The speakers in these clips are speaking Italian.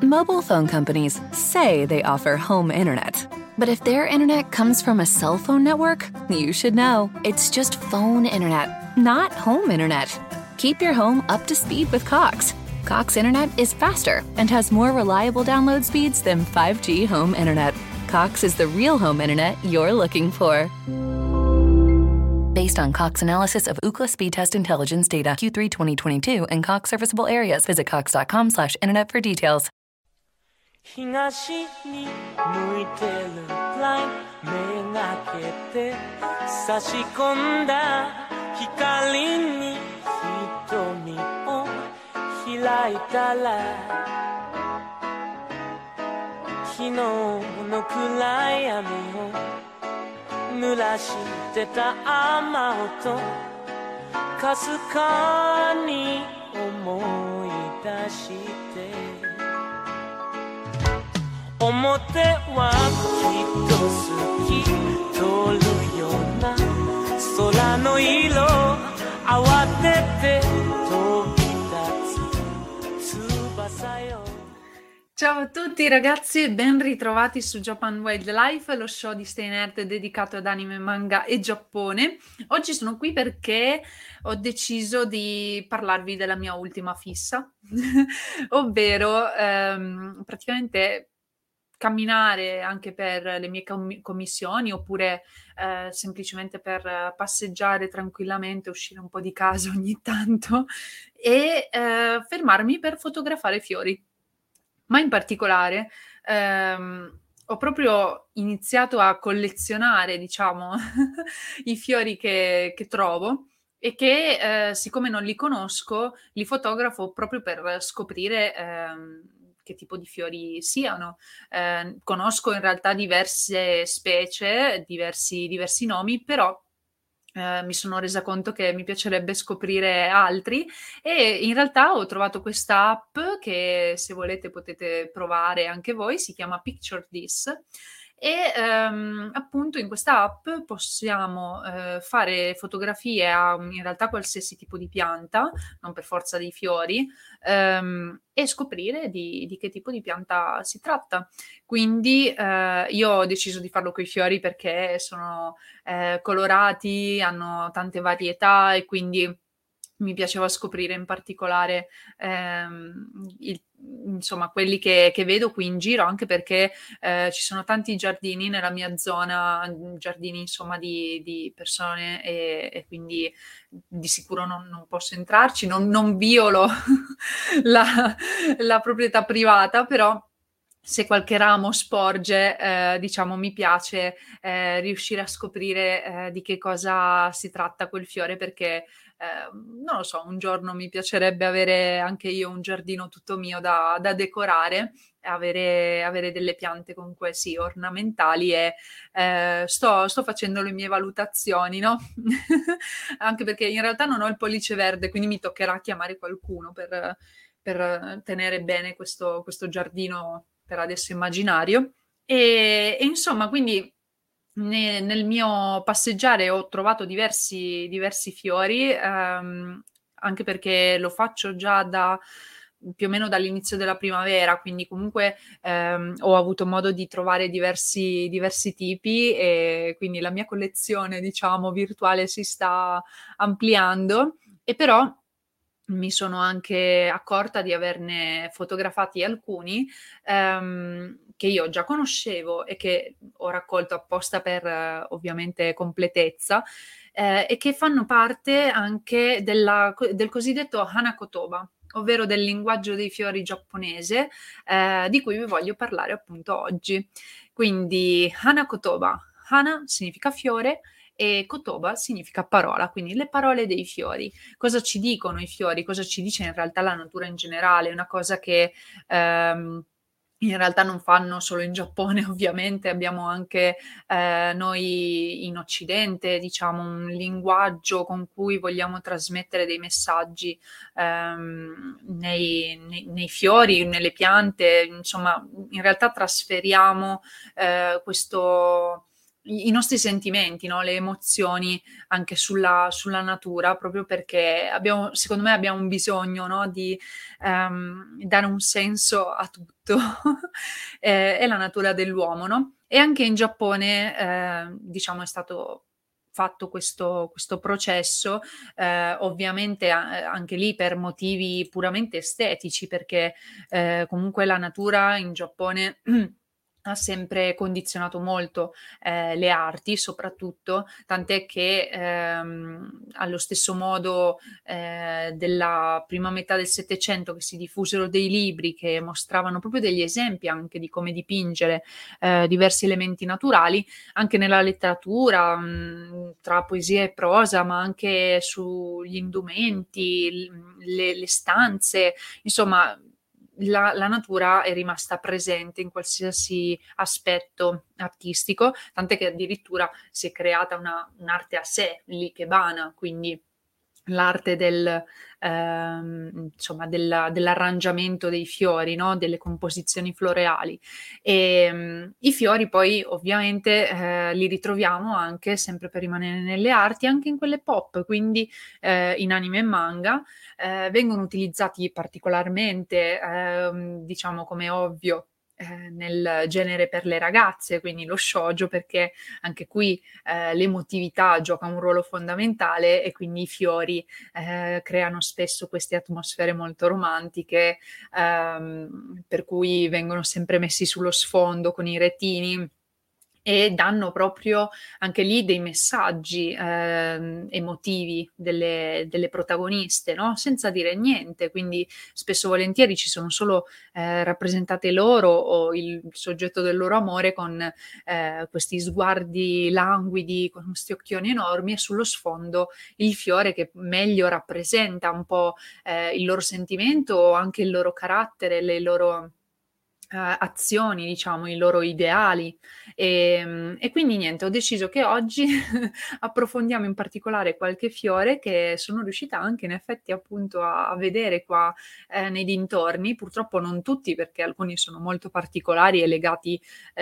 Mobile phone companies say they offer home internet. But if their internet comes from a cell phone network, you should know. It's just phone internet, not home internet. Keep your home up to speed with Cox. Cox internet is faster and has more reliable download speeds than 5G home internet. Cox is the real home internet you're looking for. Based on Cox analysis of Ookla speed test intelligence data Q3 2022 and Cox serviceable areas, visit cox.com/internet for details. 東に向いてるラインめがけて差し込んだ光に瞳を開いたら昨日の暗闇を濡らしてた雨音かすかに思い出して表はきっと好き通るような空の色慌てて飛び立つ翼よ。 Ciao a tutti ragazzi e ben ritrovati su Japan Wildlife, lo show di Stay Nerd dedicato ad anime, manga e Giappone. Oggi sono qui perché ho deciso di parlarvi della mia ultima fissa, ovvero praticamente camminare anche per le mie commissioni oppure semplicemente per passeggiare tranquillamente, uscire un po' di casa ogni tanto e fermarmi per fotografare fiori. Ma in particolare ho proprio iniziato a collezionare, diciamo, i fiori che trovo e che siccome non li conosco, li fotografo proprio per scoprire che tipo di fiori siano. Conosco in realtà diverse specie, diversi nomi, però mi sono resa conto che mi piacerebbe scoprire altri e in realtà ho trovato questa app che se volete potete provare anche voi, si chiama Picture This e appunto in questa app possiamo fare fotografie a in realtà qualsiasi tipo di pianta, non per forza dei fiori, e scoprire di che tipo di pianta si tratta. Quindi io ho deciso di farlo coi fiori perché sono colorati, hanno tante varietà e quindi mi piaceva scoprire in particolare insomma quelli che vedo qui in giro, anche perché ci sono tanti giardini nella mia zona, giardini insomma di persone e quindi di sicuro non posso entrarci, non violo la proprietà privata, però se qualche ramo sporge, diciamo mi piace riuscire a scoprire di che cosa si tratta quel fiore perché non lo so, un giorno mi piacerebbe avere anche io un giardino tutto mio da decorare e avere delle piante comunque sì, ornamentali e sto facendo le mie valutazioni, no? Anche perché in realtà non ho il pollice verde, quindi mi toccherà chiamare qualcuno per tenere bene questo giardino per adesso immaginario. E insomma, quindi nel mio passeggiare ho trovato diversi fiori, anche perché lo faccio già da più o meno dall'inizio della primavera, quindi comunque ho avuto modo di trovare diversi tipi e quindi la mia collezione, diciamo, virtuale si sta ampliando e però mi sono anche accorta di averne fotografati alcuni che io già conoscevo e che ho raccolto apposta per ovviamente completezza e che fanno parte anche del cosiddetto Hanakotoba, ovvero del linguaggio dei fiori giapponese di cui vi voglio parlare appunto oggi. Quindi Hanakotoba, Hana significa fiore e Kotoba significa parola, quindi le parole dei fiori. Cosa ci dicono i fiori? Cosa ci dice in realtà la natura in generale? Una cosa che in realtà non fanno solo in Giappone, ovviamente abbiamo anche noi in Occidente, diciamo, un linguaggio con cui vogliamo trasmettere dei messaggi nei fiori, nelle piante, insomma, in realtà trasferiamo i nostri sentimenti, no, le emozioni anche sulla natura, proprio perché secondo me abbiamo un bisogno, no, di, dare un senso a tutto, è la natura dell'uomo, no, e anche in Giappone, diciamo è stato fatto questo processo, ovviamente anche lì per motivi puramente estetici, perché, comunque la natura in Giappone ha sempre condizionato molto, le arti soprattutto, tant'è che, allo stesso modo, della prima metà del '700 che si diffusero dei libri che mostravano proprio degli esempi anche di come dipingere, diversi elementi naturali, anche nella letteratura, tra poesia e prosa, ma anche sugli indumenti, le stanze, insomma la natura è rimasta presente in qualsiasi aspetto artistico, tant'è che addirittura si è creata un'arte a sé, l'ikebana, quindi l'arte insomma dell'arrangiamento dei fiori, no, delle composizioni floreali. I fiori poi ovviamente, li ritroviamo anche, sempre per rimanere nelle arti, anche in quelle pop, quindi, in anime e manga, vengono utilizzati particolarmente, diciamo come ovvio, nel genere per le ragazze, quindi lo shoujo, perché anche qui, l'emotività gioca un ruolo fondamentale e quindi i fiori, creano spesso queste atmosfere molto romantiche, per cui vengono sempre messi sullo sfondo con i retini e danno proprio anche lì dei messaggi, emotivi delle protagoniste, no, senza dire niente, quindi spesso e volentieri ci sono solo, rappresentate loro o il soggetto del loro amore con, questi sguardi languidi, con 'sti occhioni enormi e sullo sfondo il fiore che meglio rappresenta un po', il loro sentimento o anche il loro carattere, le loro azioni, diciamo, i loro ideali. E quindi niente, ho deciso che oggi approfondiamo in particolare qualche fiore che sono riuscita anche in effetti appunto a vedere qua, nei dintorni. Purtroppo non tutti, perché alcuni sono molto particolari e legati,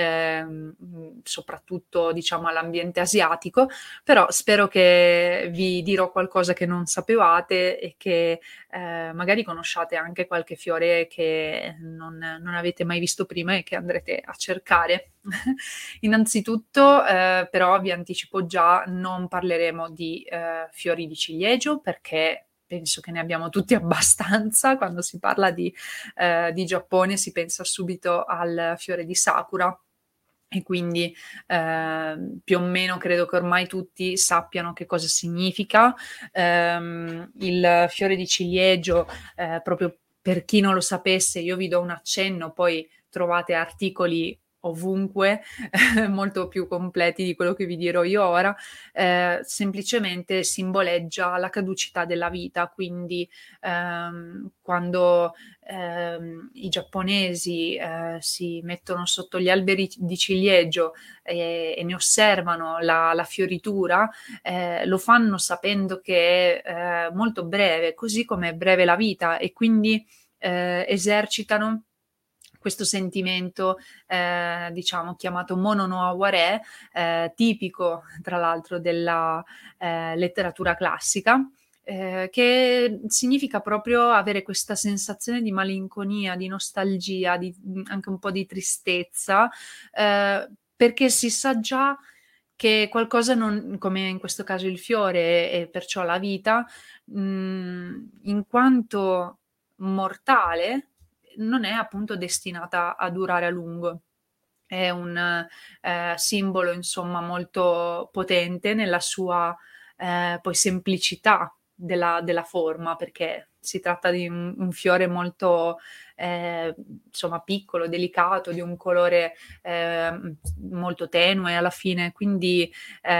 soprattutto diciamo all'ambiente asiatico, però spero che vi dirò qualcosa che non sapevate e che, magari conosciate anche qualche fiore che non avete mai visto prima e che andrete a cercare. Innanzitutto, però vi anticipo già, non parleremo di, fiori di ciliegio, perché penso che ne abbiamo tutti abbastanza. Quando si parla di Giappone si pensa subito al fiore di sakura e quindi, più o meno credo che ormai tutti sappiano che cosa significa. Il fiore di ciliegio, proprio per chi non lo sapesse, io vi do un accenno, poi trovate articoli ovunque, molto più completi di quello che vi dirò io ora, semplicemente simboleggia la caducità della vita, quindi, quando, i giapponesi, si mettono sotto gli alberi di ciliegio, e ne osservano la fioritura, lo fanno sapendo che è, molto breve, così come è breve la vita e quindi, esercitano questo sentimento, diciamo chiamato Mono no Aware, tipico tra l'altro della, letteratura classica, che significa proprio avere questa sensazione di malinconia, di nostalgia, anche un po' di tristezza, perché si sa già che qualcosa non, come in questo caso il fiore e perciò la vita, in quanto mortale, non è appunto destinata a durare a lungo. È un, simbolo insomma molto potente nella sua, poi semplicità della forma, perché si tratta di un fiore molto, ehm, insomma piccolo, delicato, di un colore, molto tenue alla fine, quindi,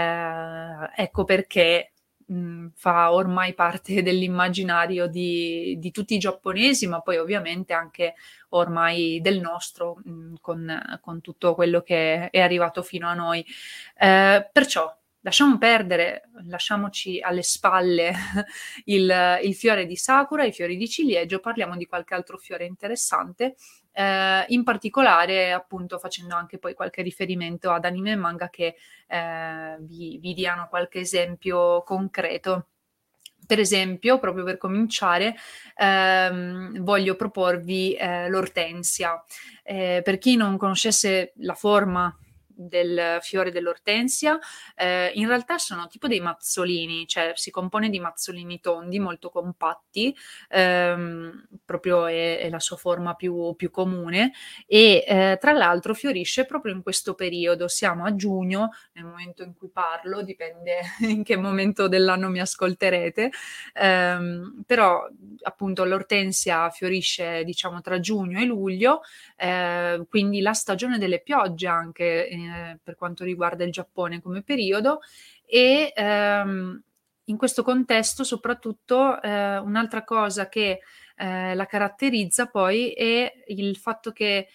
ecco perché, fa ormai parte dell'immaginario di tutti i giapponesi, ma poi ovviamente anche ormai del nostro, con tutto quello che è arrivato fino a noi. Perciò lasciamo perdere, lasciamoci alle spalle il fiore di sakura, i fiori di ciliegio, parliamo di qualche altro fiore interessante, in particolare appunto facendo anche poi qualche riferimento ad anime e manga che vi diano qualche esempio concreto. Per esempio, proprio per cominciare, voglio proporvi l'ortensia. Per chi non conoscesse la forma del fiore dell'ortensia, in realtà sono tipo dei mazzolini, cioè si compone di mazzolini tondi molto compatti, proprio è la sua forma più comune e tra l'altro fiorisce proprio in questo periodo. Siamo a giugno, nel momento in cui parlo, dipende in che momento dell'anno mi ascolterete, però appunto l'ortensia fiorisce diciamo tra giugno e luglio, quindi la stagione delle piogge anche per quanto riguarda il Giappone come periodo e in questo contesto soprattutto un'altra cosa che la caratterizza poi è il fatto che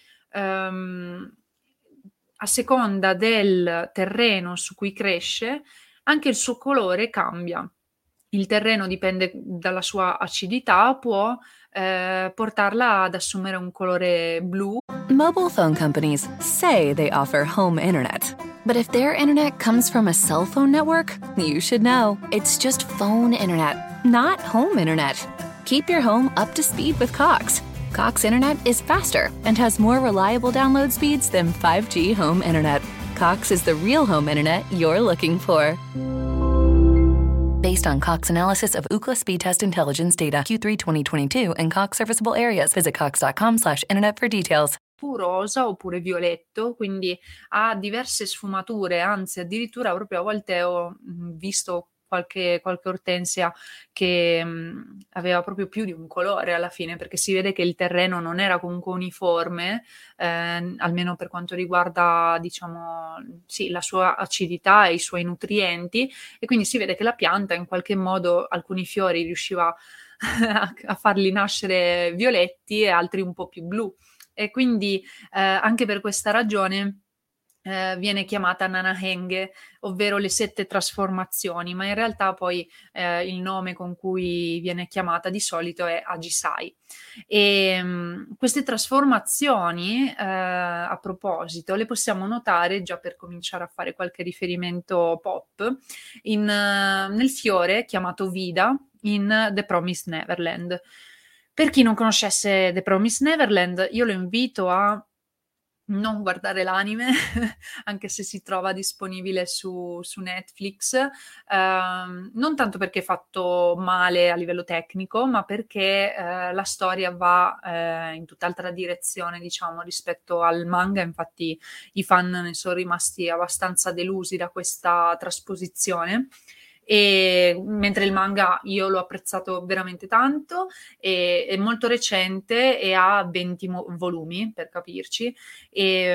a seconda del terreno su cui cresce anche il suo colore cambia. Il terreno dipende dalla sua acidità, può portarla ad assumere un colore blu. Mobile phone companies say they offer home internet. But if their internet comes from a cell phone network, you should know. It's just phone internet, not home internet. Keep your home up to speed with Cox. Cox Internet is faster and has more reliable download speeds than 5G home internet. Cox is the real home internet you're looking for. Based on Cox analysis of Ookla speed test intelligence data Q3 2022 and Cox serviceable areas, visit cox.com/internet for details. Rosa oppure violetto, quindi ha diverse sfumature, anzi addirittura proprio a volte ho visto qualche ortensia che aveva proprio più di un colore alla fine, perché si vede che il terreno non era comunque uniforme, almeno per quanto riguarda diciamo sì, la sua acidità e i suoi nutrienti, e quindi si vede che la pianta in qualche modo alcuni fiori riusciva a farli nascere violetti e altri un po' più blu. E quindi anche per questa ragione viene chiamata Nanahenge, ovvero le 7 trasformazioni, ma in realtà poi il nome con cui viene chiamata di solito è Ajisai. E queste trasformazioni, a proposito, le possiamo notare, già per cominciare a fare qualche riferimento pop, nel fiore chiamato Vida in The Promised Neverland. Per chi non conoscesse The Promised Neverland, io lo invito a non guardare l'anime, anche se si trova disponibile su Netflix, non tanto perché è fatto male a livello tecnico, ma perché la storia va in tutt'altra direzione, diciamo, rispetto al manga. Infatti i fan ne sono rimasti abbastanza delusi da questa trasposizione. E mentre il manga io l'ho apprezzato veramente tanto, è molto recente e ha 20 volumi, per capirci, e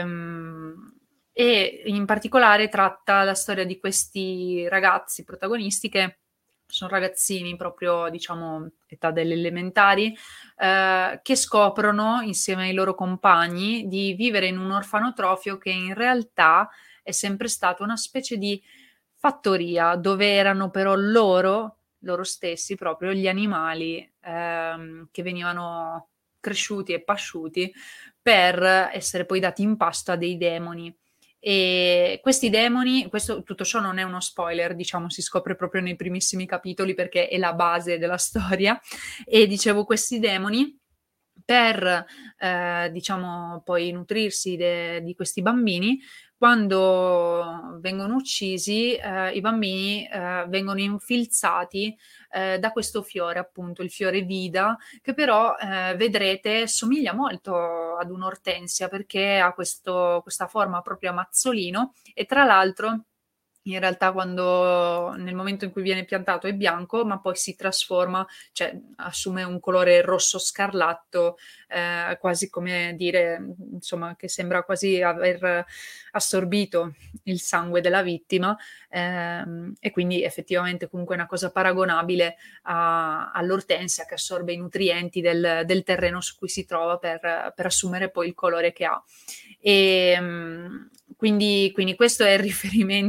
in particolare tratta la storia di questi ragazzi protagonisti che sono ragazzini proprio, diciamo, età delle elementari, che scoprono insieme ai loro compagni di vivere in un orfanotrofio che in realtà è sempre stato una specie di fattoria dove erano però loro stessi, proprio gli animali che venivano cresciuti e pasciuti per essere poi dati in pasto a dei demoni. E questi demoni, tutto ciò non è uno spoiler, diciamo, si scopre proprio nei primissimi capitoli perché è la base della storia. E dicevo, questi demoni per diciamo poi nutrirsi di questi bambini, quando vengono uccisi i bambini vengono infilzati da questo fiore, appunto il fiore Vida, che però vedrete somiglia molto ad un'ortensia perché ha questa forma proprio a mazzolino e tra l'altro in realtà nel momento in cui viene piantato è bianco, ma poi si trasforma, cioè assume un colore rosso scarlatto, quasi come dire, insomma, che sembra quasi aver assorbito il sangue della vittima, e quindi effettivamente comunque è una cosa paragonabile all'ortensia che assorbe i nutrienti del terreno su cui si trova per assumere poi il colore che ha. E quindi questo è il riferimento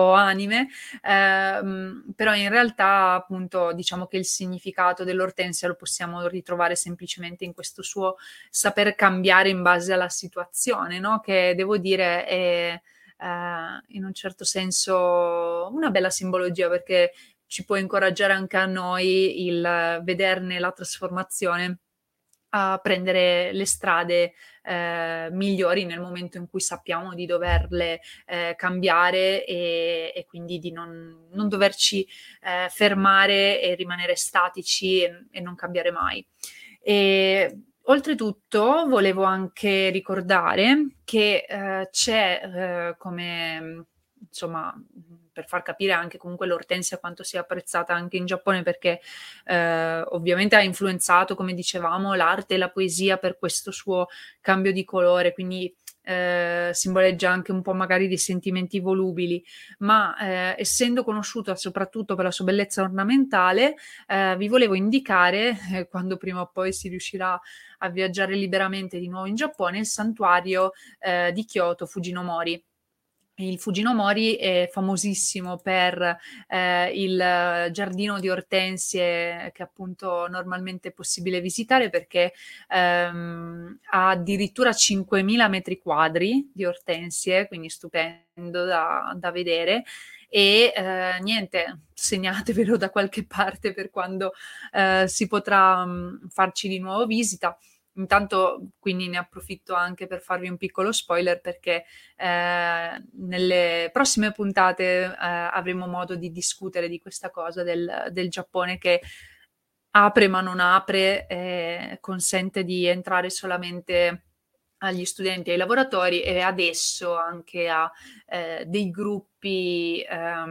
4 anime, però in realtà appunto diciamo che il significato dell'ortensia lo possiamo ritrovare semplicemente in questo suo saper cambiare in base alla situazione, no? Che devo dire è in un certo senso una bella simbologia, perché ci può incoraggiare anche a noi il vederne la trasformazione a prendere le strade migliori nel momento in cui sappiamo di doverle cambiare e quindi di non doverci fermare e rimanere statici e non cambiare mai. E oltretutto volevo anche ricordare che c'è come insomma per far capire anche comunque l'ortensia quanto sia apprezzata anche in Giappone, perché ovviamente ha influenzato, come dicevamo, l'arte e la poesia per questo suo cambio di colore, quindi simboleggia anche un po' magari dei sentimenti volubili, ma essendo conosciuta soprattutto per la sua bellezza ornamentale, vi volevo indicare, quando prima o poi si riuscirà a viaggiare liberamente di nuovo in Giappone, il santuario di Kyoto Fujinomori. Il Fujinomori è famosissimo per il giardino di ortensie che appunto normalmente è possibile visitare, perché ha addirittura 5.000 metri quadri di ortensie, quindi stupendo da vedere. E niente, segnatevelo da qualche parte per quando si potrà farci di nuovo visita. Intanto quindi ne approfitto anche per farvi un piccolo spoiler, perché nelle prossime puntate avremo modo di discutere di questa cosa del Giappone che apre ma non apre, consente di entrare solamente agli studenti e ai lavoratori, e adesso anche a dei gruppi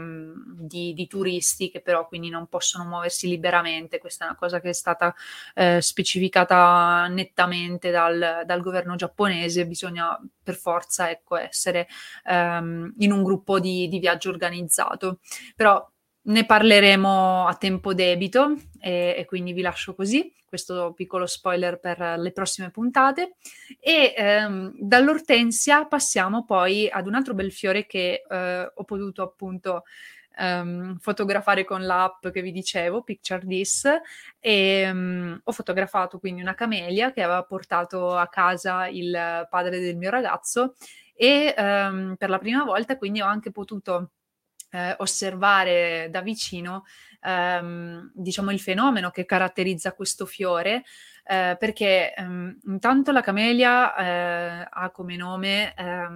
di turisti che però quindi non possono muoversi liberamente. Questa è una cosa che è stata specificata nettamente dal governo giapponese. Bisogna per forza, ecco, essere in un gruppo di viaggio organizzato. Però ne parleremo a tempo debito e quindi vi lascio così, questo piccolo spoiler per le prossime puntate. E dall'ortensia passiamo poi ad un altro bel fiore che ho potuto appunto fotografare con l'app che vi dicevo, Picture This, e ho fotografato quindi una camelia che aveva portato a casa il padre del mio ragazzo, e per la prima volta quindi ho anche potuto osservare da vicino diciamo il fenomeno che caratterizza questo fiore, perché intanto la camelia ha come nome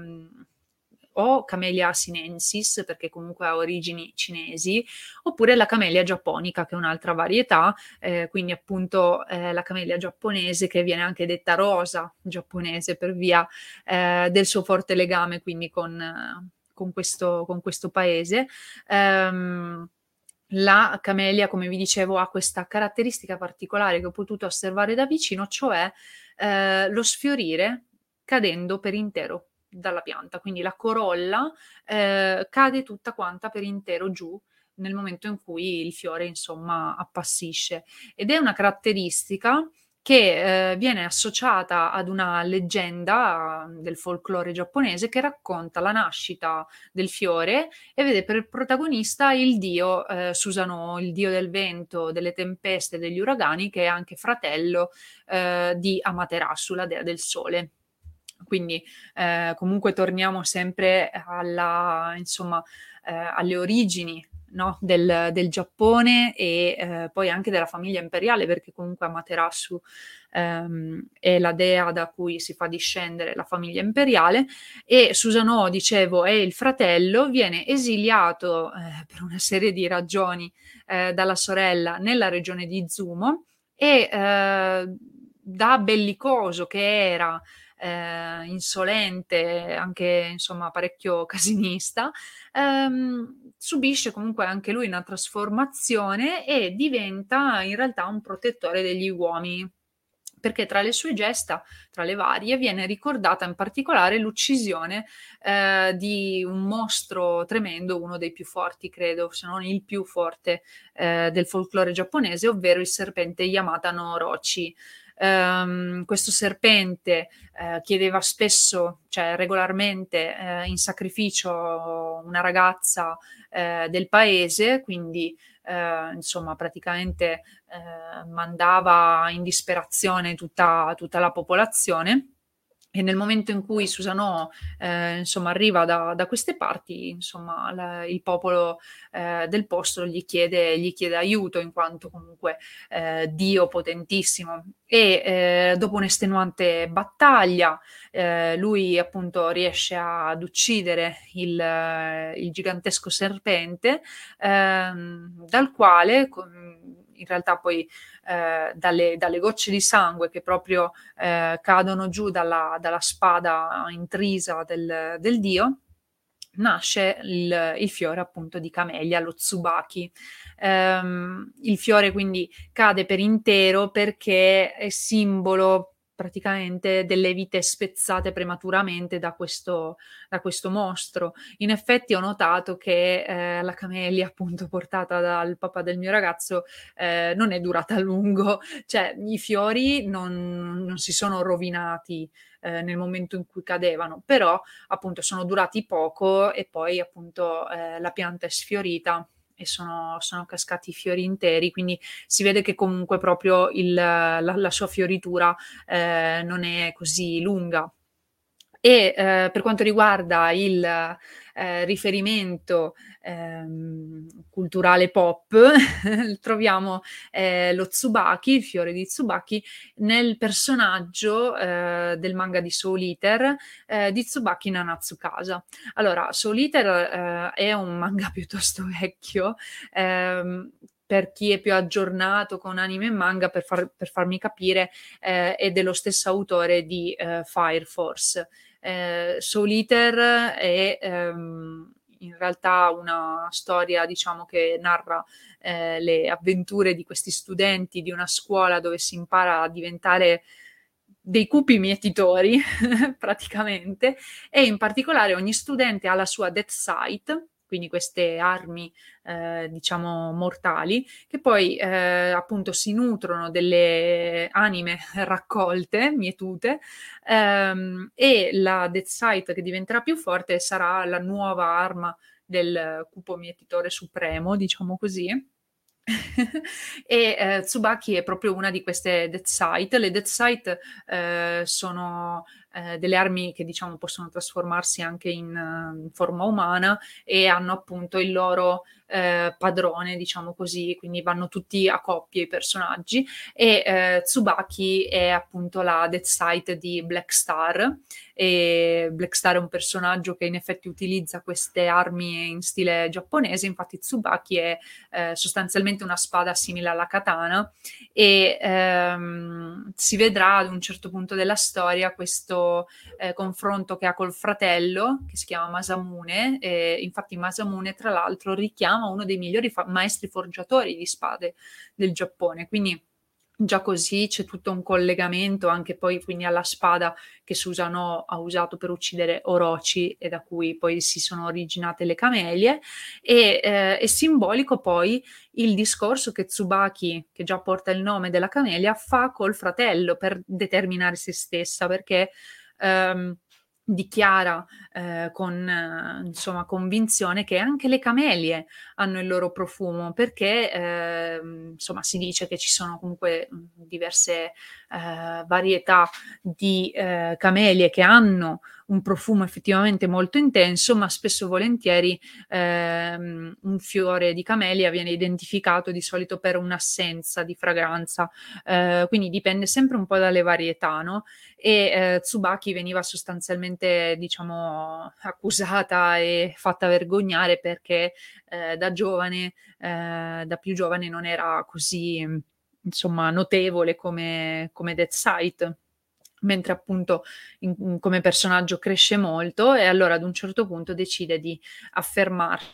o Camellia sinensis, perché comunque ha origini cinesi, oppure la Camellia giapponica, che è un'altra varietà, quindi appunto la camellia giapponese, che viene anche detta rosa giapponese per via del suo forte legame quindi con questo paese. La camellia, come vi dicevo, ha questa caratteristica particolare che ho potuto osservare da vicino, cioè lo sfiorire cadendo per intero dalla pianta, quindi la corolla cade tutta quanta per intero giù nel momento in cui il fiore insomma appassisce, ed è una caratteristica che viene associata ad una leggenda del folklore giapponese che racconta la nascita del fiore e vede per protagonista il dio Susanoo, il dio del vento, delle tempeste, degli uragani, che è anche fratello di Amaterasu, la dea del sole. Quindi comunque torniamo sempre insomma, alle origini, no, del Giappone e poi anche della famiglia imperiale, perché comunque Amaterasu è la dea da cui si fa discendere la famiglia imperiale, e Susanoo, dicevo, è il fratello, viene esiliato per una serie di ragioni dalla sorella nella regione di Izumo, e da bellicoso che era, insolente, anche insomma parecchio casinista, subisce comunque anche lui una trasformazione e diventa in realtà un protettore degli uomini, perché tra le sue gesta, tra le varie, viene ricordata in particolare l'uccisione di un mostro tremendo, uno dei più forti, credo, se non il più forte del folklore giapponese, ovvero il serpente Yamata no Orochi. questo serpente chiedeva spesso, cioè regolarmente, in sacrificio una ragazza del paese, quindi insomma praticamente mandava in disperazione tutta la popolazione. E nel momento in cui Susanoo insomma arriva da queste parti, insomma il popolo del posto gli chiede aiuto, in quanto comunque Dio potentissimo. E dopo un'estenuante battaglia lui appunto riesce ad uccidere il gigantesco serpente, dal quale in realtà poi dalle gocce di sangue che proprio cadono giù dalla spada intrisa del dio, nasce il fiore appunto di camellia, lo tsubaki. Il fiore quindi cade per intero perché è simbolo praticamente delle vite spezzate prematuramente da questo mostro. In effetti ho notato che la camellia appunto portata dal papà del mio ragazzo non è durata a lungo, cioè i fiori non si sono rovinati nel momento in cui cadevano, però appunto sono durati poco e poi appunto la pianta è sfiorita e sono cascati i fiori interi, quindi si vede che comunque proprio la sua fioritura non è così lunga. E per quanto riguarda il riferimento culturale pop, troviamo lo tsubaki, il fiore di tsubaki, nel personaggio del manga di Soul Eater di Tsubaki Nanatsukasa. Allora, Soul Eater è un manga piuttosto vecchio, per chi è più aggiornato con anime e manga, per farmi capire, è dello stesso autore di Fire Force. Soul Eater è in realtà una storia, diciamo, che narra le avventure di questi studenti di una scuola dove si impara a diventare dei cupi mietitori praticamente, e in particolare ogni studente ha la sua death sight, quindi queste armi diciamo mortali, che poi appunto si nutrono delle anime raccolte, mietute, e la Death Sight che diventerà più forte sarà la nuova arma del cupo mietitore supremo, diciamo così. E Tsubaki è proprio una di queste Death Sight. Le Death Sight sono delle armi che diciamo possono trasformarsi anche in forma umana e hanno appunto il loro padrone, diciamo così, quindi vanno tutti a coppie i personaggi, e Tsubaki è appunto la Death Sight di Black Star, e Black Star è un personaggio che in effetti utilizza queste armi in stile giapponese. Infatti Tsubaki è sostanzialmente una spada simile alla katana, e si vedrà ad un certo punto della storia questo confronto che ha col fratello, che si chiama Masamune, e infatti Masamune tra l'altro richiama uno dei migliori maestri forgiatori di spade del Giappone, quindi già così c'è tutto un collegamento anche poi quindi alla spada che Susanoo ha usato per uccidere Orochi e da cui poi si sono originate le camelie, e è simbolico poi il discorso che Tsubaki, che già porta il nome della camelia, fa col fratello per determinare se stessa, perché dichiara con insomma convinzione che anche le camelie hanno il loro profumo, perché insomma si dice che ci sono comunque diverse varietà di camelie che hanno un profumo effettivamente molto intenso, ma spesso e volentieri un fiore di camelia viene identificato di solito per un'assenza di fragranza, quindi dipende sempre un po' dalle varietà, no? E Tsubaki veniva sostanzialmente, diciamo, accusata e fatta vergognare perché da più giovane non era così, insomma, notevole come Death Sight, mentre appunto come personaggio cresce molto, e allora ad un certo punto decide di affermarsi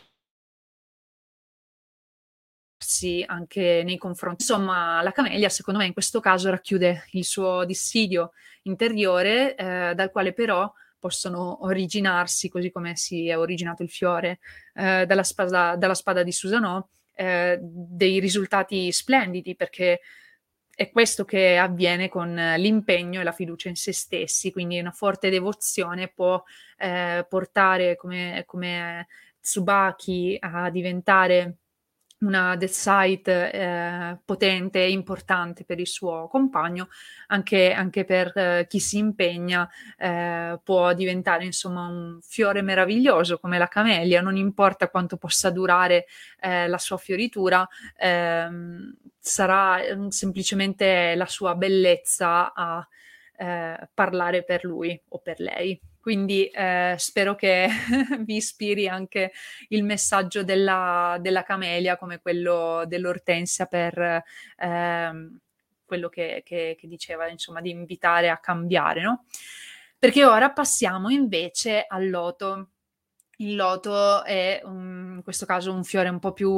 anche nei confronti. Insomma, la camelia, secondo me, in questo caso racchiude il suo dissidio interiore, dal quale però possono originarsi, così come si è originato il fiore dalla spada di Susanoo, dei risultati splendidi, perché è questo che avviene con l'impegno e la fiducia in se stessi, quindi una forte devozione può portare come Tsubaki a diventare una Deathsight potente e importante per il suo compagno, anche per chi si impegna può diventare insomma un fiore meraviglioso come la camellia, non importa quanto possa durare la sua fioritura, sarà semplicemente la sua bellezza a parlare per lui o per lei. Quindi spero che vi ispiri anche il messaggio della camelia come quello dell'ortensia per quello che diceva, insomma, di invitare a cambiare, no? Perché ora passiamo invece al loto. Il loto è in questo caso un fiore un po' più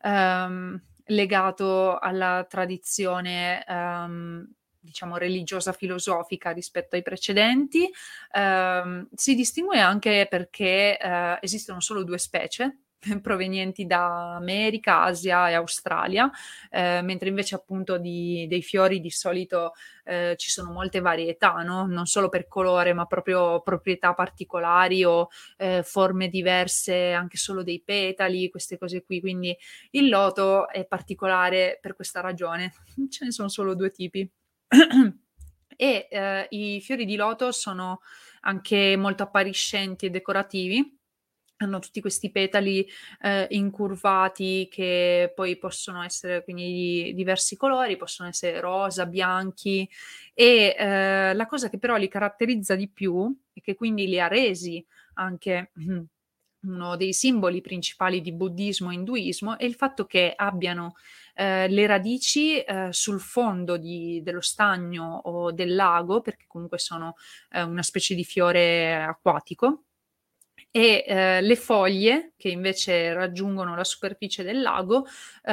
legato alla tradizione diciamo religiosa filosofica rispetto ai precedenti. Si distingue anche perché esistono solo 2 specie provenienti da America, Asia e Australia, mentre invece appunto dei fiori di solito ci sono molte varietà, no? Non solo per colore, ma proprio proprietà particolari o forme diverse anche solo dei petali, queste cose qui. Quindi il loto è particolare per questa ragione. Ce ne sono solo 2 tipi. E i fiori di loto sono anche molto appariscenti e decorativi. Hanno tutti questi petali incurvati che poi possono essere quindi di diversi colori, possono essere rosa, bianchi e la cosa che però li caratterizza di più e che quindi li ha resi anche uno dei simboli principali di buddismo e induismo è il fatto che abbiano le radici sul fondo dello stagno o del lago, perché comunque sono una specie di fiore acquatico, e le foglie che invece raggiungono la superficie del lago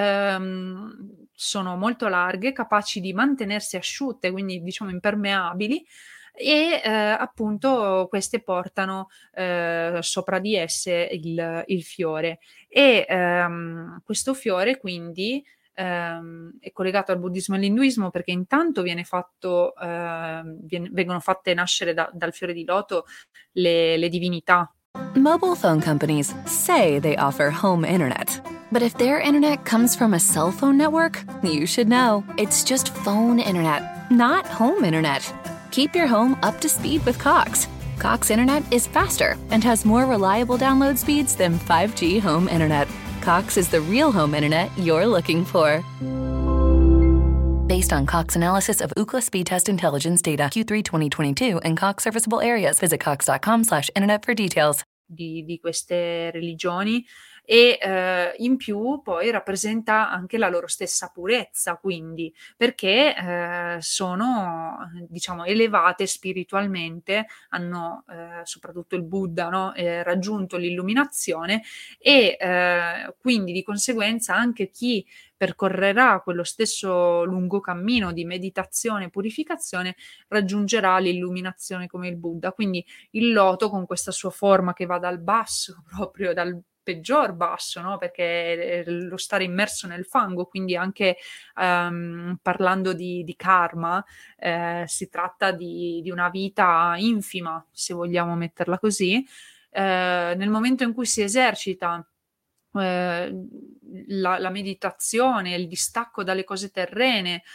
sono molto larghe, capaci di mantenersi asciutte, quindi diciamo impermeabili e appunto queste portano sopra di esse il fiore e questo fiore quindi è collegato al buddismo e all'induismo perché intanto viene fatto vengono fatte nascere dal fiore di loto le divinità. Mobile phone companies say they offer home internet. But if their internet comes from a cell phone network, you should know. It's just phone internet, not home internet. Keep your home up to speed with Cox. Cox internet is faster and has more reliable download speeds than 5G home internet. Cox is the real home internet you're looking for. Based on Cox analysis of Ookla speed test intelligence data Q3 2022 and Cox serviceable areas, visit cox.com/internet for details. Di queste religioni e in più poi rappresenta anche la loro stessa purezza, quindi perché sono diciamo elevate spiritualmente, hanno soprattutto il Buddha, no? Raggiunto l'illuminazione e quindi di conseguenza anche chi percorrerà quello stesso lungo cammino di meditazione e purificazione raggiungerà l'illuminazione come il Buddha. Quindi il loto con questa sua forma che va dal basso, proprio dal peggior basso, no? Perché lo stare immerso nel fango, quindi anche parlando di karma, si tratta di una vita infima, se vogliamo metterla così. Nel momento in cui si esercita la meditazione, il distacco dalle cose terrene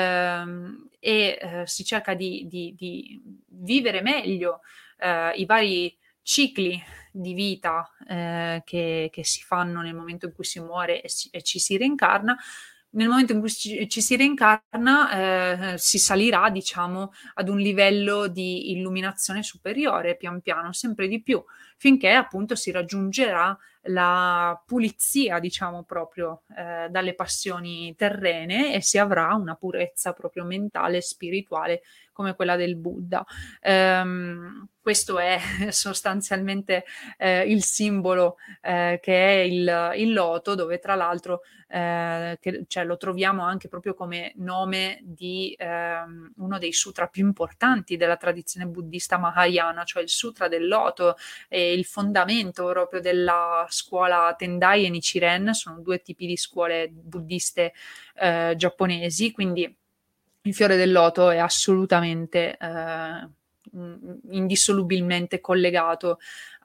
e si cerca di vivere meglio i vari cicli di vita che si fanno nel momento in cui si muore e ci si reincarna. Nel momento in cui ci si reincarna si salirà, diciamo, ad un livello di illuminazione superiore, pian piano, sempre di più, finché appunto si raggiungerà la pulizia, diciamo, proprio dalle passioni terrene e si avrà una purezza proprio mentale e spirituale come quella del Buddha. Questo è sostanzialmente il simbolo che è il loto, dove tra l'altro cioè, lo troviamo anche proprio come nome di uno dei sutra più importanti della tradizione buddista Mahayana, cioè il Sutra del Loto, e il fondamento proprio della scuola Tendai e Nichiren. Sono 2 tipi di scuole buddiste giapponesi, quindi il fiore del loto è assolutamente indissolubilmente collegato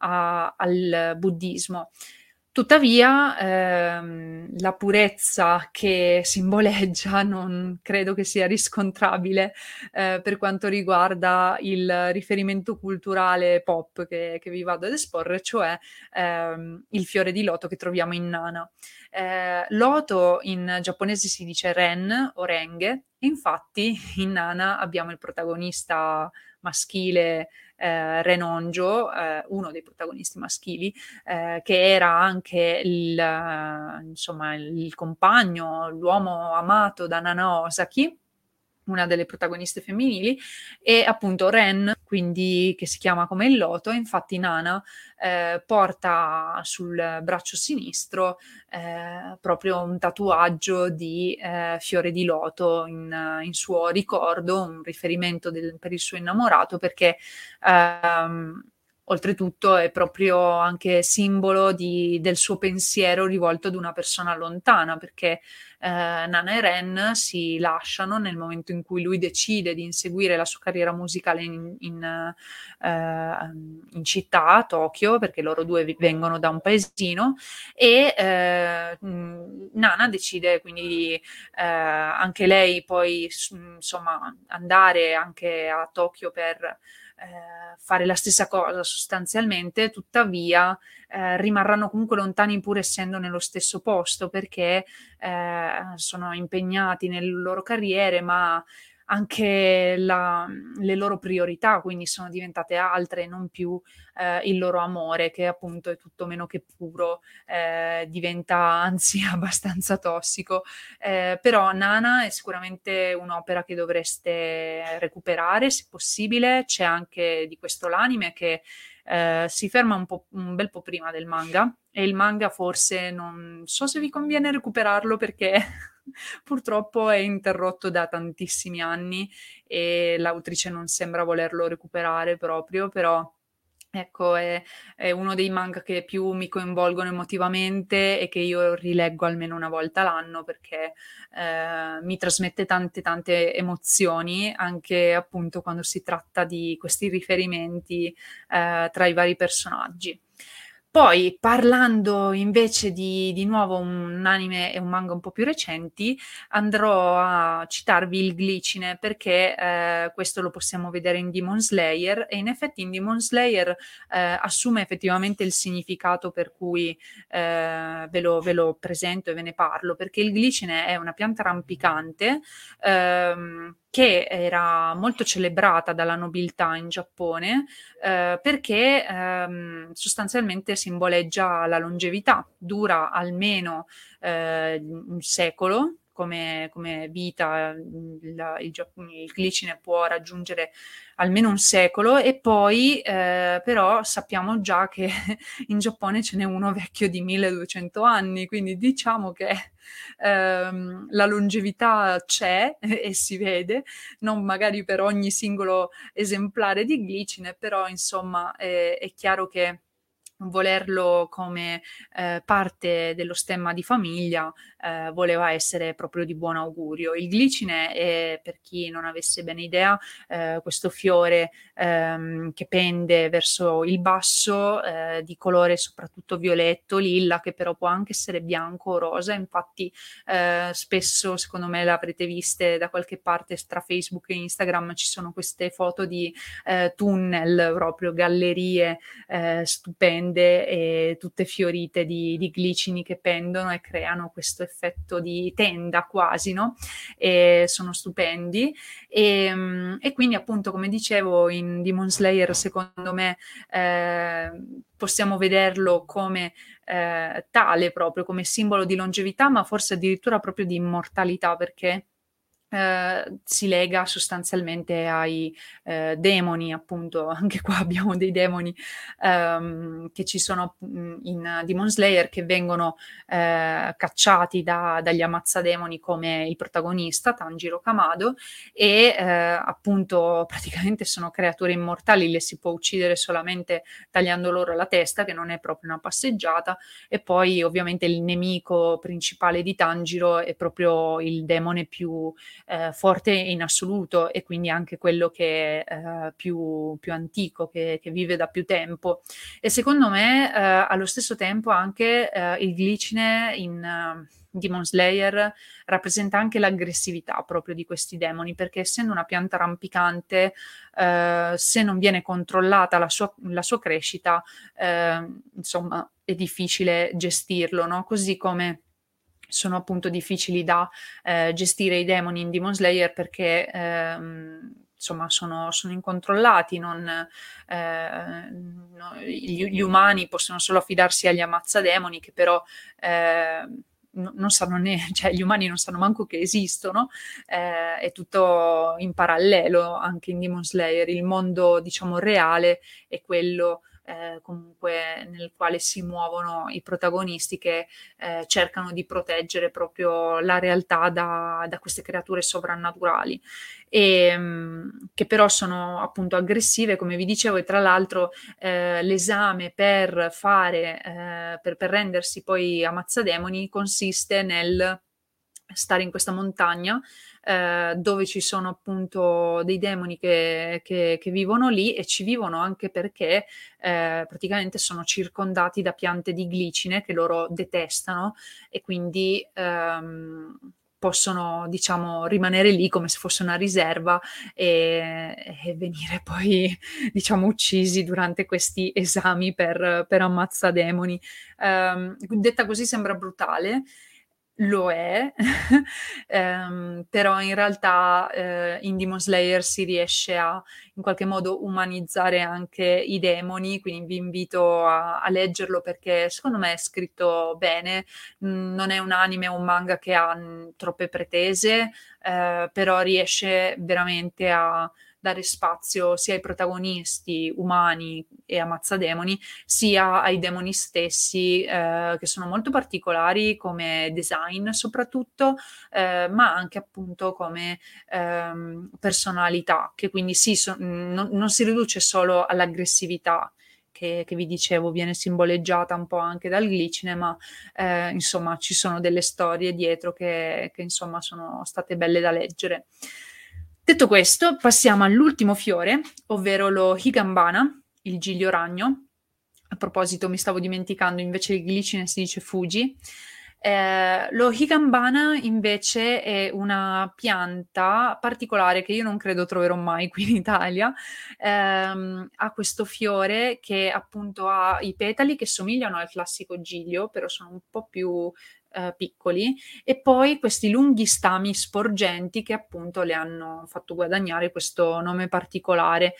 al buddismo. Tuttavia, la purezza che simboleggia non credo che sia riscontrabile per quanto riguarda il riferimento culturale pop che vi vado ad esporre, cioè il fiore di loto che troviamo in Nana. Loto in giapponese si dice ren o renge, infatti in Nana abbiamo il protagonista maschile Renonjo, uno dei protagonisti maschili, che era anche insomma, il compagno, l'uomo amato da Nana Osaki, una delle protagoniste femminili, e appunto Ren, quindi che si chiama come il loto. Infatti Nana porta sul braccio sinistro proprio un tatuaggio di fiore di loto in suo ricordo, un riferimento per il suo innamorato, perché oltretutto è proprio anche simbolo del suo pensiero rivolto ad una persona lontana, perché Nana e Ren si lasciano nel momento in cui lui decide di inseguire la sua carriera musicale in città, a Tokyo, perché loro due vengono da un paesino, e Nana decide quindi di anche lei poi insomma andare anche a Tokyo per fare la stessa cosa sostanzialmente. Tuttavia rimarranno comunque lontani pur essendo nello stesso posto, perché sono impegnati nelle loro carriere, ma anche le loro priorità quindi sono diventate altre, non più il loro amore, che appunto è tutto meno che puro, diventa anzi abbastanza tossico. Però Nana è sicuramente un'opera che dovreste recuperare se possibile. C'è anche di questo l'anime che si ferma un bel po' prima del manga, e il manga forse non so se vi conviene recuperarlo, perché purtroppo è interrotto da tantissimi anni e l'autrice non sembra volerlo recuperare proprio, però ecco, è uno dei manga che più mi coinvolgono emotivamente e che io rileggo almeno una volta l'anno, perché mi trasmette tante tante emozioni, anche appunto quando si tratta di questi riferimenti tra i vari personaggi. Poi, parlando invece di nuovo un anime e un manga un po' più recenti, andrò a citarvi il Glicine, perché questo lo possiamo vedere in Demon Slayer, e in effetti in Demon Slayer assume effettivamente il significato per cui ve lo presento e ve ne parlo, perché il Glicine è una pianta rampicante che era molto celebrata dalla nobiltà in Giappone, perché sostanzialmente simboleggia la longevità, dura almeno un secolo come vita. Il Glicine può raggiungere almeno un secolo, e poi però sappiamo già che in Giappone ce n'è uno vecchio di 1200 anni, quindi diciamo che la longevità c'è e si vede, non magari per ogni singolo esemplare di Glicine, però insomma è chiaro che volerlo come parte dello stemma di famiglia voleva essere proprio di buon augurio. Il Glicine è, per chi non avesse bene idea, questo fiore che pende verso il basso, di colore soprattutto violetto, lilla, che però può anche essere bianco o rosa. Infatti spesso, secondo me, l'avrete viste da qualche parte tra Facebook e Instagram, ci sono queste foto di tunnel, proprio gallerie stupende e tutte fiorite di glicini che pendono e creano questo effetto di tenda quasi, no? E sono stupendi, e quindi appunto, come dicevo, in Demon Slayer secondo me possiamo vederlo come tale, proprio come simbolo di longevità, ma forse addirittura proprio di immortalità, perché si lega sostanzialmente ai demoni, appunto. Anche qua abbiamo dei demoni che ci sono in Demon Slayer, che vengono cacciati dagli ammazzademoni, come il protagonista Tanjiro Kamado, e appunto praticamente sono creature immortali, le si può uccidere solamente tagliando loro la testa, che non è proprio una passeggiata. E poi ovviamente il nemico principale di Tanjiro è proprio il demone più forte in assoluto, e quindi anche quello che è più antico, che vive da più tempo. E secondo me allo stesso tempo anche il glicine in Demon Slayer rappresenta anche l'aggressività proprio di questi demoni, perché essendo una pianta rampicante, se non viene controllata la sua crescita, insomma è difficile gestirlo, no? Così come sono appunto difficili da gestire i demoni in Demon Slayer, perché insomma sono incontrollati, gli umani possono solo affidarsi agli ammazzademoni, che però non sanno cioè gli umani non sanno manco che esistono, è tutto in parallelo anche in Demon Slayer. Il mondo, diciamo, reale è quello comunque nel quale si muovono i protagonisti, che cercano di proteggere proprio la realtà da queste creature sovrannaturali, che però sono appunto aggressive, come vi dicevo. E tra l'altro l'esame per rendersi poi ammazzademoni consiste nel stare in questa montagna dove ci sono appunto dei demoni che vivono lì, e ci vivono anche perché praticamente sono circondati da piante di glicine che loro detestano, e quindi possono, diciamo, rimanere lì come se fosse una riserva e venire poi, diciamo, uccisi durante questi esami per ammazzademoni. Detta così sembra brutale, lo è, però in realtà in Demon Slayer si riesce a in qualche modo umanizzare anche i demoni, quindi vi invito a leggerlo, perché secondo me è scritto bene. Non è un anime o un manga che ha troppe pretese, però riesce veramente a dare spazio sia ai protagonisti umani e ammazzademoni, sia ai demoni stessi, che sono molto particolari come design soprattutto, ma anche appunto come personalità, che quindi sì, non si riduce solo all'aggressività che vi dicevo, viene simboleggiata un po' anche dal glicine, ma insomma ci sono delle storie dietro che insomma sono state belle da leggere. Detto questo, passiamo all'ultimo fiore, ovvero lo Higambana, il giglio ragno. A proposito, mi stavo dimenticando, invece di glicine si dice Fuji. Lo Higambana invece è una pianta particolare che io non credo troverò mai qui in Italia. Ha questo fiore che appunto ha i petali che somigliano al classico giglio, però sono un po' più piccoli, e poi questi lunghi stami sporgenti che appunto le hanno fatto guadagnare questo nome particolare.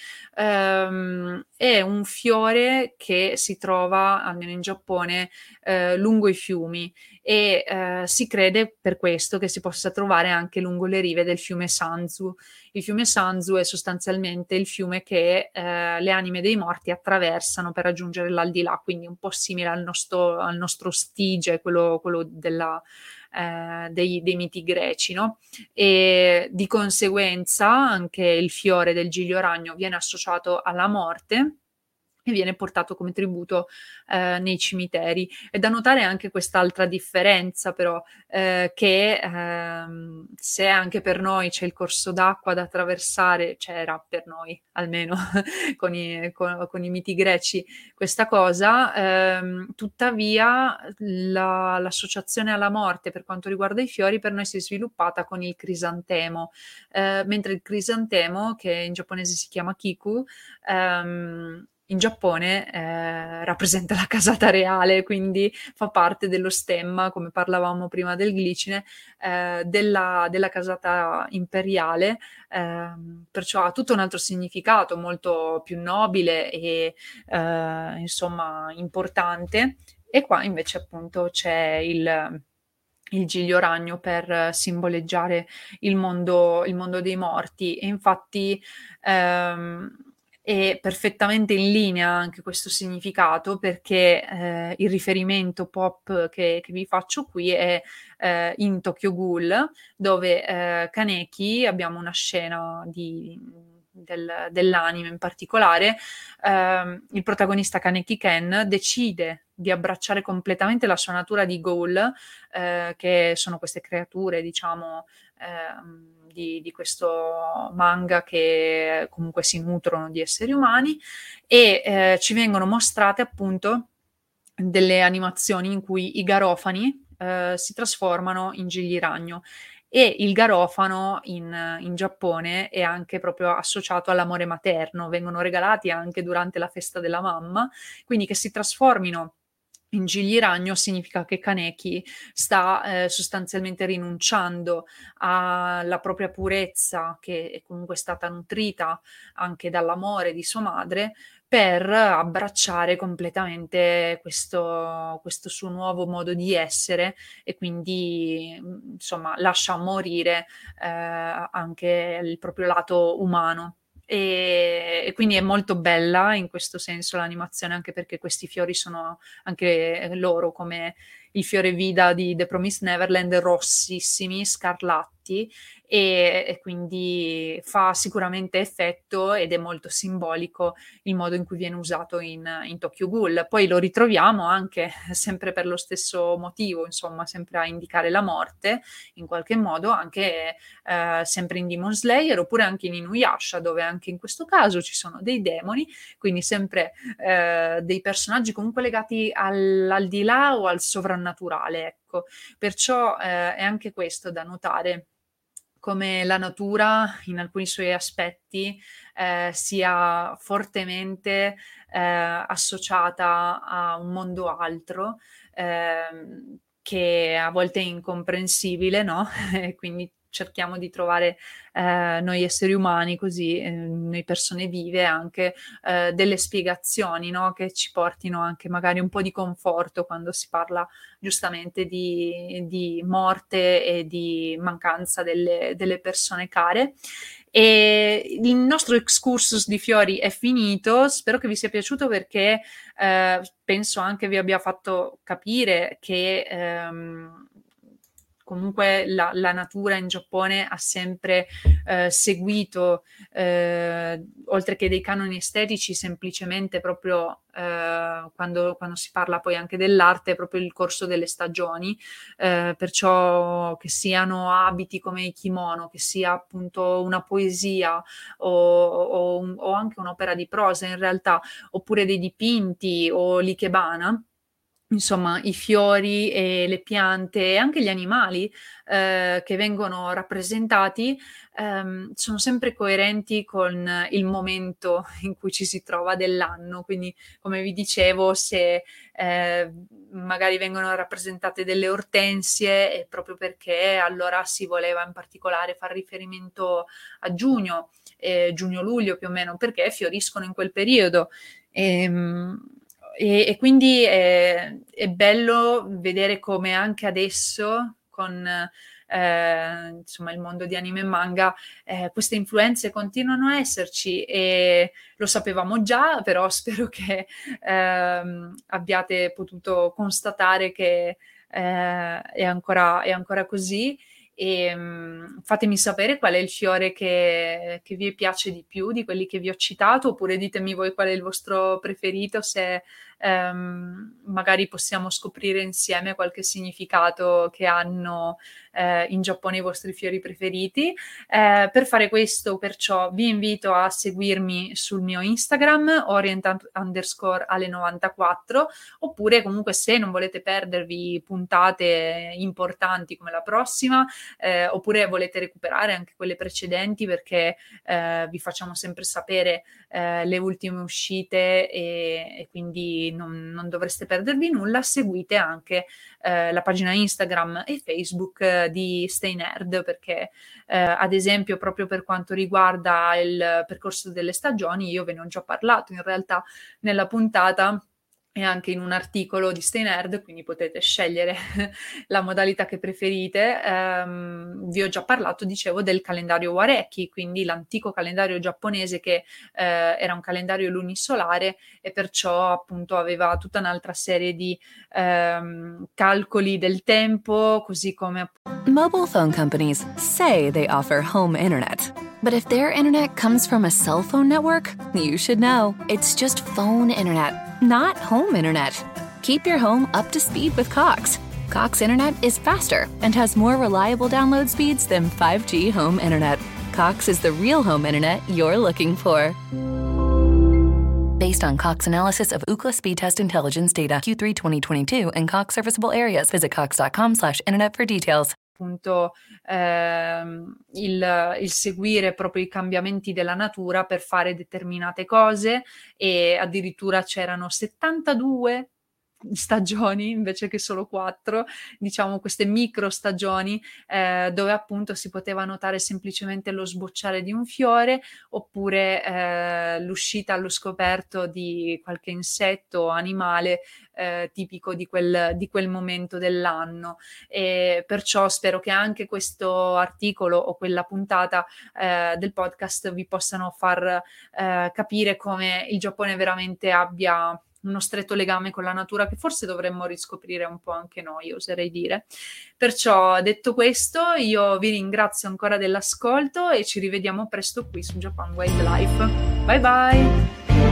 È un fiore che si trova, almeno in Giappone, lungo i fiumi, e si crede per questo che si possa trovare anche lungo le rive del fiume Sanzu. Il fiume Sanzu è sostanzialmente il fiume che le anime dei morti attraversano per raggiungere l'aldilà, quindi un po' simile al nostro Stige, quello dei miti greci, no? E di conseguenza anche il fiore del giglio ragno viene associato alla morte e viene portato come tributo nei cimiteri. È da notare anche quest'altra differenza, però, che se anche per noi c'è il corso d'acqua da attraversare, c'era per noi almeno con i miti greci questa cosa, tuttavia l'associazione alla morte per quanto riguarda i fiori per noi si è sviluppata con il crisantemo, mentre il crisantemo, che in giapponese si chiama Kiku, in Giappone rappresenta la casata reale, quindi fa parte dello stemma, come parlavamo prima del glicine, della casata imperiale, perciò ha tutto un altro significato molto più nobile e insomma importante. E qua invece appunto c'è il giglio ragno per simboleggiare il mondo dei morti, e infatti è perfettamente in linea anche questo significato, perché il riferimento pop che vi faccio qui è in Tokyo Ghoul, dove Kaneki, abbiamo una scena dell'anime in particolare, il protagonista Kaneki Ken decide di abbracciare completamente la sua natura di ghoul, che sono queste creature, diciamo, di questo manga che comunque si nutrono di esseri umani, e ci vengono mostrate appunto delle animazioni in cui i garofani si trasformano in gigli ragno. E il garofano in Giappone è anche proprio associato all'amore materno, vengono regalati anche durante la festa della mamma, quindi che si trasformino in gigli ragno significa che Kaneki sta sostanzialmente rinunciando alla propria purezza, che è comunque stata nutrita anche dall'amore di sua madre, per abbracciare completamente questo suo nuovo modo di essere, e quindi insomma lascia morire anche il proprio lato umano. E quindi è molto bella in questo senso l'animazione, anche perché questi fiori sono anche loro, come il fiore Vida di The Promised Neverland, rossissimi, scarlatti, e quindi fa sicuramente effetto, ed è molto simbolico il modo in cui viene usato in Tokyo Ghoul. Poi lo ritroviamo anche sempre per lo stesso motivo, insomma, sempre a indicare la morte in qualche modo, anche sempre in Demon Slayer, oppure anche in Inuyasha, dove anche in questo caso ci sono dei demoni, quindi sempre dei personaggi comunque legati al di là o al sovrannaturale, ecco. Perciò è anche questo da notare, come la natura in alcuni suoi aspetti sia fortemente associata a un mondo altro, che a volte è incomprensibile, no? E quindi cerchiamo di trovare noi esseri umani, così noi persone vive, anche delle spiegazioni, no? Che ci portino anche magari un po' di conforto quando si parla giustamente di morte e di mancanza delle persone care. E il nostro excursus di fiori è finito, spero che vi sia piaciuto, perché penso anche vi abbia fatto capire che comunque la natura in Giappone ha sempre seguito, oltre che dei canoni estetici, semplicemente proprio quando si parla poi anche dell'arte, proprio il corso delle stagioni, perciò che siano abiti come i kimono, che sia appunto una poesia o anche un'opera di prosa in realtà, oppure dei dipinti o l'ikebana. Insomma, i fiori e le piante e anche gli animali che vengono rappresentati sono sempre coerenti con il momento in cui ci si trova dell'anno. Quindi, come vi dicevo, se magari vengono rappresentate delle ortensie, è proprio perché allora si voleva in particolare far riferimento a giugno, giugno-luglio più o meno, perché fioriscono in quel periodo. E quindi è bello vedere come anche adesso, con insomma il mondo di anime e manga, queste influenze continuano a esserci, e lo sapevamo già, però spero che abbiate potuto constatare che è ancora così. E fatemi sapere qual è il fiore che vi piace di più di quelli che vi ho citato, oppure ditemi voi qual è il vostro preferito, se magari possiamo scoprire insieme qualche significato che hanno in Giappone i vostri fiori preferiti. Per fare questo, perciò, vi invito a seguirmi sul mio Instagram, orient_ale94, oppure comunque, se non volete perdervi puntate importanti come la prossima, oppure volete recuperare anche quelle precedenti, perché vi facciamo sempre sapere le ultime uscite, e quindi non dovreste perdervi nulla. Seguite anche la pagina Instagram e Facebook di Stay Nerd, perché ad esempio, proprio per quanto riguarda il percorso delle stagioni, io ve ne ho già parlato in realtà nella puntata e anche in un articolo di Stay Nerd, quindi potete scegliere la modalità che preferite. Vi ho già parlato, dicevo, del calendario Wareki, quindi l'antico calendario giapponese, che era un calendario lunisolare, e perciò appunto aveva tutta un'altra serie di calcoli del tempo, così come... Mobile phone companies say they offer home internet. But if their internet comes from a cell phone network, you should know. It's just phone internet, not home internet. Keep your home up to speed with Cox. Cox Internet is faster and has more reliable download speeds than 5G home internet. Cox is the real home internet you're looking for. Based on Cox analysis of Ookla speed test intelligence data Q3 2022 and Cox serviceable areas, visit cox.com/internet for details. Appunto il seguire proprio i cambiamenti della natura per fare determinate cose, e addirittura c'erano 72 stagioni invece che solo 4, diciamo queste micro stagioni dove appunto si poteva notare semplicemente lo sbocciare di un fiore, oppure l'uscita allo scoperto di qualche insetto o animale tipico di quel momento dell'anno. E perciò spero che anche questo articolo o quella puntata del podcast vi possano far capire come il Giappone veramente abbia uno stretto legame con la natura, che forse dovremmo riscoprire un po' anche noi, oserei dire. Perciò, detto questo, io vi ringrazio ancora dell'ascolto e ci rivediamo presto qui su Japan Wildlife. Bye bye!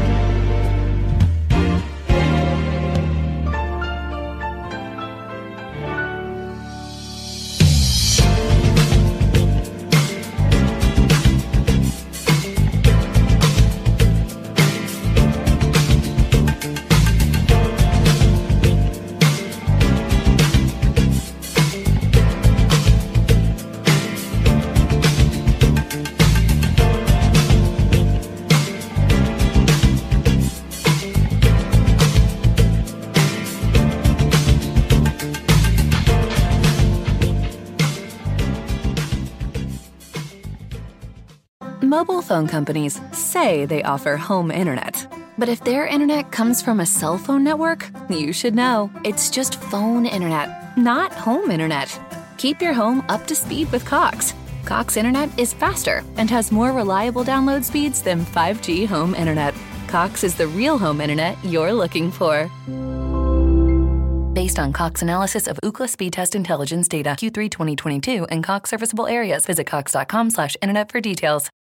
Mobile phone companies say they offer home internet. But if their internet comes from a cell phone network, you should know. It's just phone internet, not home internet. Keep your home up to speed with Cox. Cox Internet is faster and has more reliable download speeds than 5G home internet. Cox is the real home internet you're looking for. Based on Cox analysis of Ookla speed test intelligence data Q3 2022 and Cox serviceable areas, visit cox.com/internet for details.